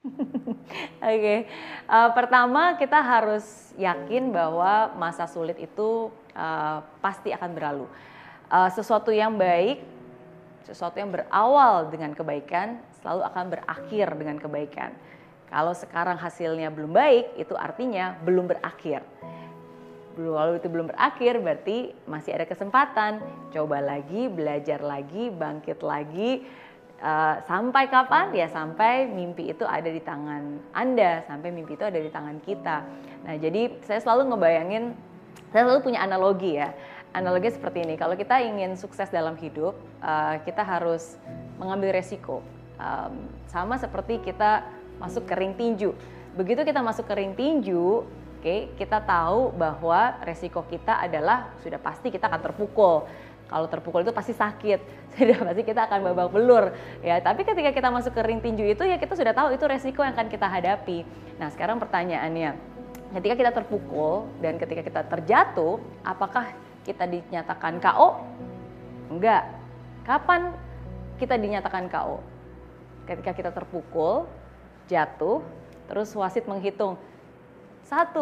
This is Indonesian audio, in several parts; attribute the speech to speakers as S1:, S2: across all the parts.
S1: Oke, pertama kita harus yakin bahwa masa sulit itu pasti akan berlalu. Sesuatu yang baik, sesuatu yang berawal dengan kebaikan selalu akan berakhir dengan kebaikan. Kalau sekarang hasilnya belum baik, itu artinya belum berakhir. Lalu itu belum berakhir, berarti masih ada kesempatan. Coba lagi, belajar lagi, bangkit lagi. Sampai kapan? Ya sampai mimpi itu ada di tangan Anda, sampai mimpi itu ada di tangan kita. Nah, jadi saya selalu ngebayangin, saya selalu punya analogi ya. Analogi seperti ini, kalau kita ingin sukses dalam hidup, kita harus mengambil resiko. Sama seperti kita masuk ke ring tinju. Begitu kita masuk ke ring tinju, kita tahu bahwa resiko kita adalah sudah pasti kita akan terpukul. Kalau terpukul itu pasti sakit, sudah pasti kita akan babak belur. Ya, tapi ketika kita masuk ke ring tinju itu ya kita sudah tahu itu resiko yang akan kita hadapi. Nah, sekarang pertanyaannya, ketika kita terpukul dan ketika kita terjatuh, apakah kita dinyatakan KO? Enggak. Kapan kita dinyatakan KO? Ketika kita terpukul, jatuh, terus wasit menghitung 1,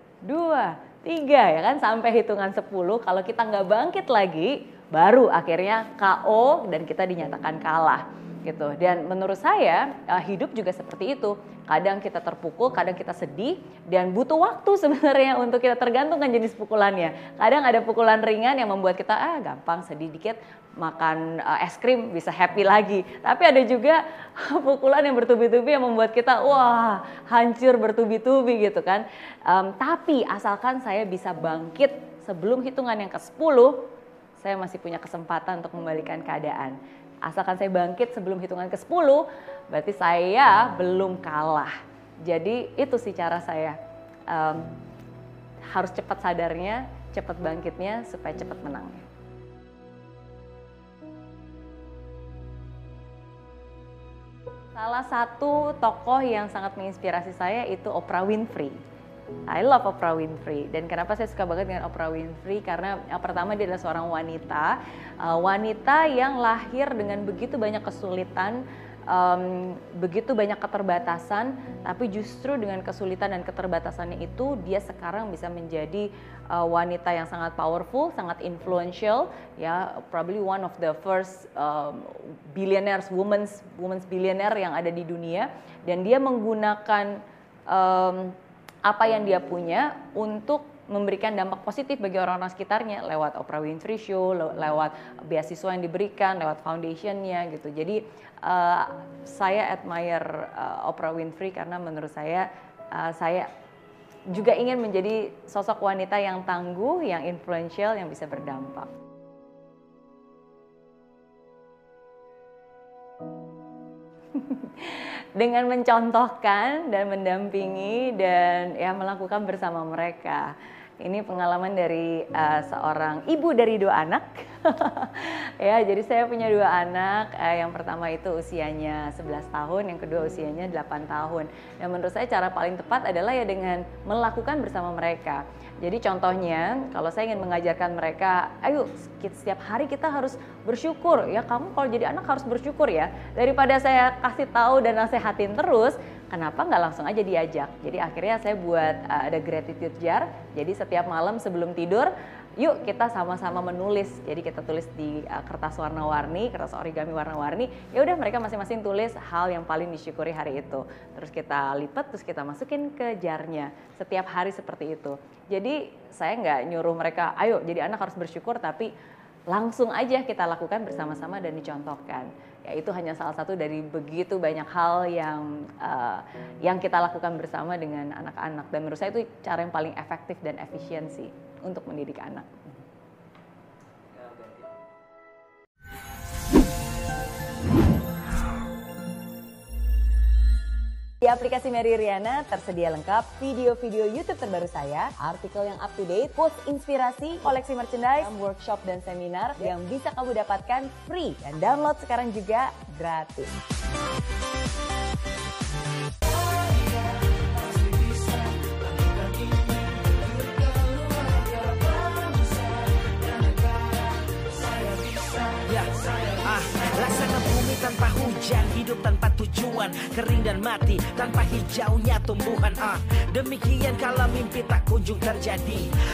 S1: 2, 3 ya kan sampai hitungan 10. Kalau kita nggak bangkit lagi, baru akhirnya KO dan kita dinyatakan kalah gitu. Dan menurut saya hidup juga seperti itu. Kadang kita terpukul, kadang kita sedih dan butuh waktu sebenarnya untuk kita tergantungkan jenis pukulannya. Kadang ada pukulan ringan yang membuat kita gampang, sedih dikit, makan es krim bisa happy lagi. Tapi ada juga pukulan yang bertubi-tubi yang membuat kita wah hancur bertubi-tubi gitu kan. Tapi asalkan saya bisa bangkit sebelum hitungan yang ke-10, saya masih punya kesempatan untuk membalikan keadaan. Asalkan saya bangkit sebelum hitungan ke-10, berarti saya belum kalah. Jadi itu sih cara saya. Harus cepat sadarnya, cepat bangkitnya, supaya cepat menangnya. Salah satu tokoh yang sangat menginspirasi saya itu Oprah Winfrey. I love Oprah Winfrey. Dan kenapa saya suka banget dengan Oprah Winfrey? Karena yang pertama dia adalah seorang wanita, wanita yang lahir dengan begitu banyak kesulitan, begitu banyak keterbatasan, tapi justru dengan kesulitan dan keterbatasannya itu dia sekarang bisa menjadi wanita yang sangat powerful, sangat influential, ya probably one of the first billionaires, women's billionaire yang ada di dunia, dan dia menggunakan apa yang dia punya untuk memberikan dampak positif bagi orang-orang sekitarnya lewat Oprah Winfrey Show, lewat beasiswa yang diberikan, lewat foundationnya gitu. Jadi saya admire Oprah Winfrey karena menurut saya juga ingin menjadi sosok wanita yang tangguh, yang influential, yang bisa berdampak. Dengan mencontohkan dan mendampingi dan ya melakukan bersama mereka. Ini pengalaman dari seorang ibu dari 2 anak. Ya, jadi saya punya 2 anak. Yang pertama itu usianya 11 tahun, yang kedua usianya 8 tahun. Dan menurut saya cara paling tepat adalah ya dengan melakukan bersama mereka. Jadi contohnya kalau saya ingin mengajarkan mereka, ayo setiap hari kita harus bersyukur ya, kamu kalau jadi anak harus bersyukur ya. Daripada saya kasih tahu dan nasehatin terus, kenapa nggak langsung aja diajak. Jadi akhirnya saya buat ada gratitude jar. Jadi setiap malam sebelum tidur, yuk kita sama-sama menulis. Jadi kita tulis di kertas warna-warni, kertas origami warna-warni. Ya udah mereka masing-masing tulis hal yang paling disyukuri hari itu. Terus kita lipat, terus kita masukin ke jarnya. Setiap hari seperti itu. Jadi saya nggak nyuruh mereka, ayo jadi anak harus bersyukur, tapi langsung aja kita lakukan bersama-sama dan dicontohkan. Ya itu hanya salah satu dari begitu banyak hal yang kita lakukan bersama dengan anak-anak. Dan menurut saya itu cara yang paling efektif dan efisiensi untuk mendidik anak. Di aplikasi Mary Riana tersedia lengkap video-video YouTube terbaru saya, artikel yang up to date, quotes inspirasi, koleksi merchandise, workshop dan seminar yang bisa kamu dapatkan free dan download sekarang juga gratis.
S2: Laksana bumi tanpa hujan, hidup tanpa tujuan. perempuan kering dan mati tanpa hijaunya tumbuhan. Demikian kalau mimpi tak kunjung terjadi.